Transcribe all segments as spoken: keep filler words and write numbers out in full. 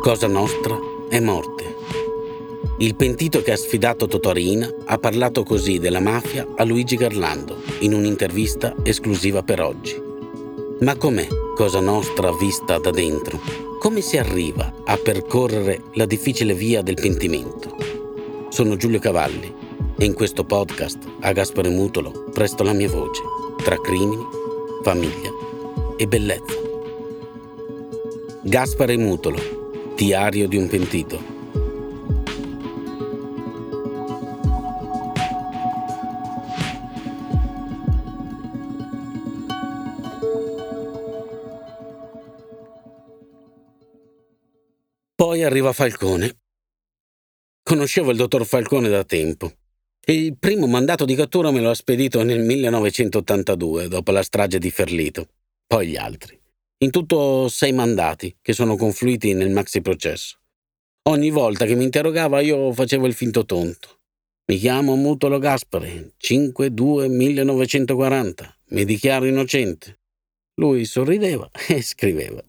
Cosa Nostra è morte. Il pentito che ha sfidato Totò Riina ha parlato così della mafia a Luigi Garlando in un'intervista esclusiva per oggi. Ma com'è Cosa Nostra vista da dentro? Come si arriva a percorrere la difficile via del pentimento? Sono Giulio Cavalli e in questo podcast a Gaspare Mutolo presto la mia voce tra crimini, famiglia e bellezza. Gaspare Mutolo, diario di un pentito. Poi arriva Falcone. Conoscevo il dottor Falcone da tempo. Il primo mandato di cattura me lo ha spedito nel millenovecentottantadue, dopo la strage di Ferlito. Poi gli altri. In tutto sei mandati che sono confluiti nel maxi processo. Ogni volta che mi interrogava io facevo il finto tonto. Mi chiamo Mutolo Gaspare, cinque due millenovecentoquaranta. Mi dichiaro innocente. Lui sorrideva e scriveva.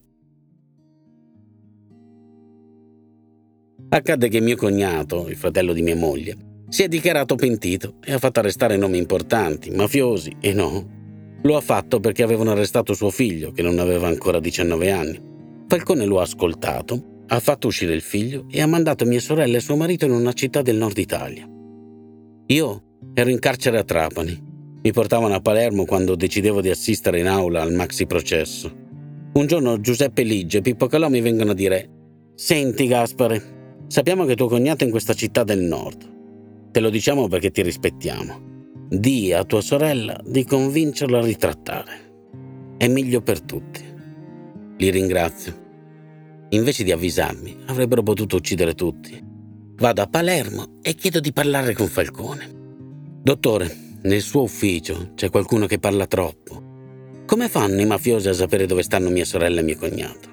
Accadde che mio cognato, il fratello di mia moglie, si è dichiarato pentito e ha fatto arrestare nomi importanti, mafiosi e no. Lo ha fatto perché avevano arrestato suo figlio, che non aveva ancora diciannove anni. Falcone lo ha ascoltato, ha fatto uscire il figlio e ha mandato mia sorella e suo marito in una città del nord Italia. Io ero in carcere a Trapani. Mi portavano a Palermo quando decidevo di assistere in aula al maxi processo. Un giorno Giuseppe Ligge e Pippo Calò mi vengono a dire: «Senti Gaspare, sappiamo che tuo cognato è in questa città del nord. Te lo diciamo perché ti rispettiamo. Dì a tua sorella di convincerlo a ritrattare. È meglio per tutti». Li ringrazio. Invece di avvisarmi, avrebbero potuto uccidere tutti. Vado a Palermo e chiedo di parlare con Falcone. «Dottore, nel suo ufficio c'è qualcuno che parla troppo. Come fanno i mafiosi a sapere dove stanno mia sorella e mio cognato?»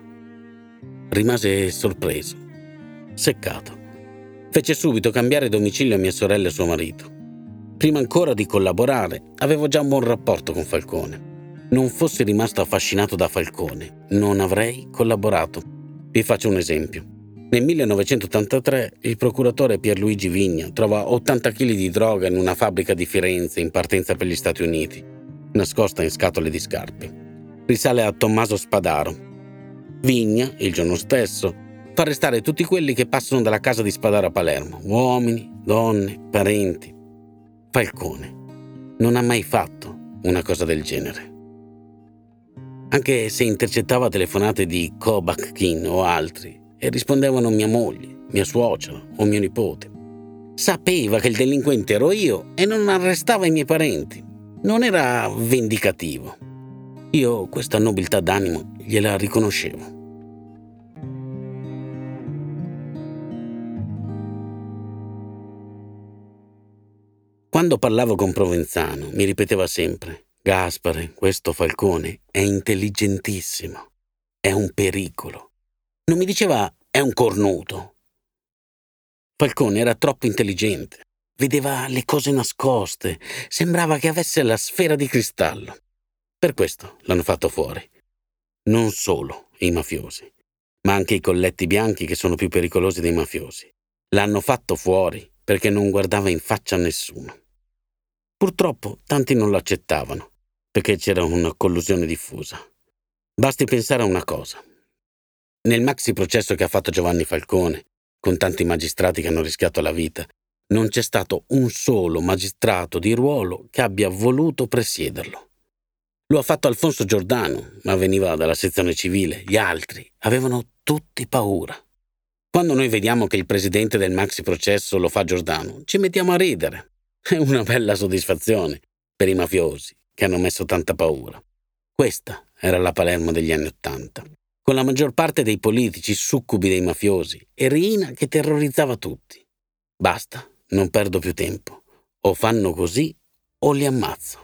Rimase sorpreso, seccato. Fece subito cambiare domicilio a mia sorella e suo marito. Prima ancora di collaborare, avevo già un buon rapporto con Falcone. Non fossi rimasto affascinato da Falcone, non avrei collaborato. Vi faccio un esempio. Nel millenovecentottantatré il procuratore Pierluigi Vigna trova ottanta chili di droga in una fabbrica di Firenze in partenza per gli Stati Uniti, nascosta in scatole di scarpe. Risale a Tommaso Spadaro. Vigna, il giorno stesso, fa arrestare tutti quelli che passano dalla casa di Spadaro a Palermo, uomini, donne, parenti. Falcone non ha mai fatto una cosa del genere. Anche se intercettava telefonate di Kobachkin o altri e rispondevano mia moglie, mia suocera o mio nipote, sapeva che il delinquente ero io e non arrestava i miei parenti. Non era vendicativo. Io questa nobiltà d'animo gliela riconoscevo. Quando parlavo con Provenzano mi ripeteva sempre: «Gaspare, questo Falcone è intelligentissimo, è un pericolo». Non mi diceva «è un cornuto». Falcone era troppo intelligente, vedeva le cose nascoste, sembrava che avesse la sfera di cristallo. Per questo l'hanno fatto fuori. Non solo i mafiosi, ma anche i colletti bianchi che sono più pericolosi dei mafiosi. L'hanno fatto fuori perché non guardava in faccia a nessuno. Purtroppo tanti non lo accettavano, perché c'era una collusione diffusa. Basti pensare a una cosa. Nel maxi processo che ha fatto Giovanni Falcone, con tanti magistrati che hanno rischiato la vita, non c'è stato un solo magistrato di ruolo che abbia voluto presiederlo. Lo ha fatto Alfonso Giordano, ma veniva dalla sezione civile. Gli altri avevano tutti paura. Quando noi vediamo che il presidente del maxi processo lo fa Giordano, ci mettiamo a ridere. È una bella soddisfazione per i mafiosi che hanno messo tanta paura. Questa era la Palermo degli anni Ottanta, con la maggior parte dei politici succubi dei mafiosi e Riina che terrorizzava tutti. Basta, non perdo più tempo. O fanno così o li ammazzo.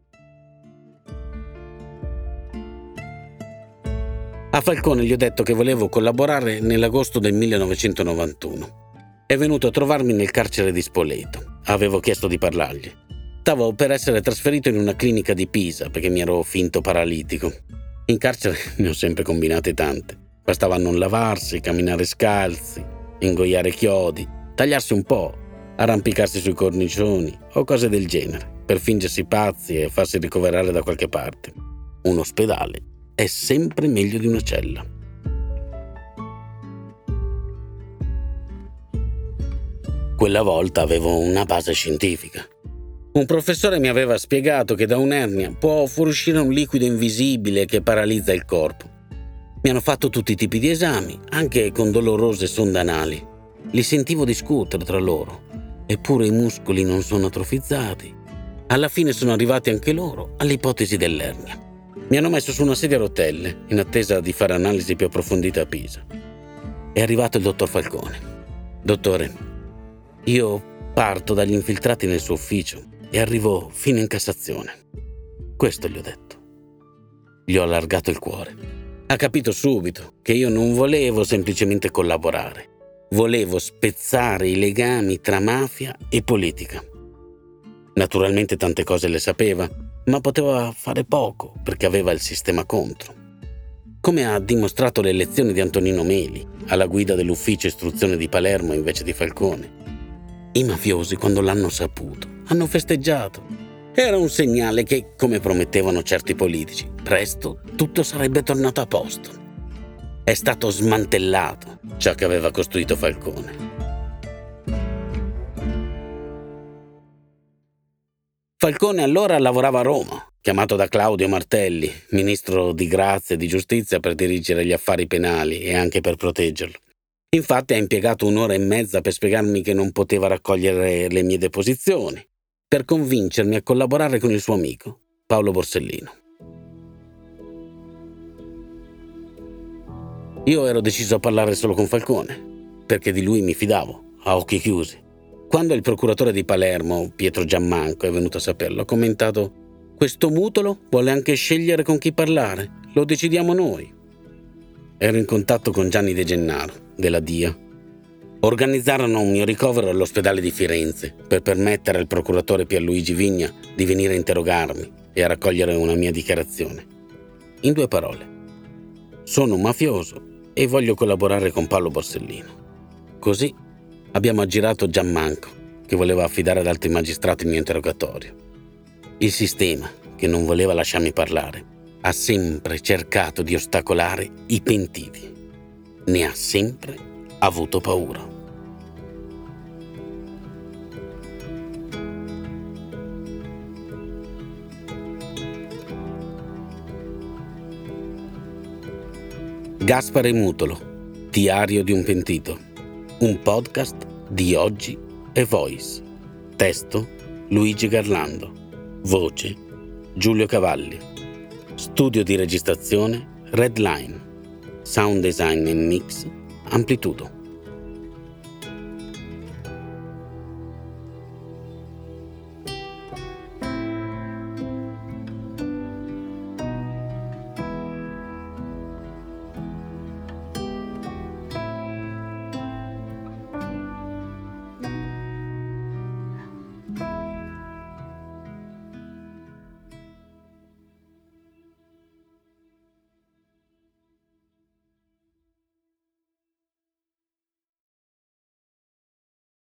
A Falcone gli ho detto che volevo collaborare nell'agosto del millenovecentonovantuno. È venuto a trovarmi nel carcere di Spoleto. Avevo chiesto di parlargli. Stavo per essere trasferito in una clinica di Pisa perché mi ero finto paralitico. In carcere ne ho sempre combinate tante. Bastava non lavarsi, camminare scalzi, ingoiare chiodi, tagliarsi un po', arrampicarsi sui cornicioni o cose del genere per fingersi pazzi e farsi ricoverare da qualche parte. Un ospedale è sempre meglio di una cella. Quella volta avevo una base scientifica. Un professore mi aveva spiegato che da un'ernia può fuoriuscire un liquido invisibile che paralizza il corpo. Mi hanno fatto tutti i tipi di esami, anche con dolorose sonde anali. Li sentivo discutere tra loro, eppure i muscoli non sono atrofizzati. Alla fine sono arrivati anche loro all'ipotesi dell'ernia. Mi hanno messo su una sedia a rotelle, in attesa di fare analisi più approfondite a Pisa. È arrivato il dottor Falcone. Dottore, io parto dagli infiltrati nel suo ufficio e arrivo fino in Cassazione. Questo gli ho detto. Gli ho allargato il cuore. Ha capito subito che io non volevo semplicemente collaborare. Volevo spezzare i legami tra mafia e politica. Naturalmente tante cose le sapeva, ma poteva fare poco perché aveva il sistema contro. Come ha dimostrato le elezioni di Antonino Meli, alla guida dell'ufficio istruzione di Palermo invece di Falcone. I mafiosi, quando l'hanno saputo, hanno festeggiato. Era un segnale che, come promettevano certi politici, presto tutto sarebbe tornato a posto. È stato smantellato ciò che aveva costruito Falcone. Falcone allora lavorava a Roma, chiamato da Claudio Martelli, ministro di Grazia e di Giustizia, per dirigere gli affari penali e anche per proteggerlo. Infatti ha impiegato un'ora e mezza per spiegarmi che non poteva raccogliere le mie deposizioni, per convincermi a collaborare con il suo amico, Paolo Borsellino. Io ero deciso a parlare solo con Falcone, perché di lui mi fidavo, a occhi chiusi. Quando il procuratore di Palermo, Pietro Giammanco, è venuto a saperlo, ha commentato: «Questo mutolo vuole anche scegliere con chi parlare, lo decidiamo noi». Ero in contatto con Gianni De Gennaro, della D I A. Organizzarono un mio ricovero all'ospedale di Firenze per permettere al procuratore Pierluigi Vigna di venire a interrogarmi e a raccogliere una mia dichiarazione. In due parole: sono un mafioso e voglio collaborare con Paolo Borsellino. Così abbiamo aggirato Giammanco, che voleva affidare ad altri magistrati il mio interrogatorio. Il sistema, che non voleva lasciarmi parlare, ha sempre cercato di ostacolare i pentiti. Ne ha sempre avuto paura. Gaspare Mutolo, Diario di un pentito. Un podcast di Oggi e Voice. Testo Luigi Garlando. Voce Giulio Cavalli. Studio di registrazione Redline. Sound design e mix Amplitudo.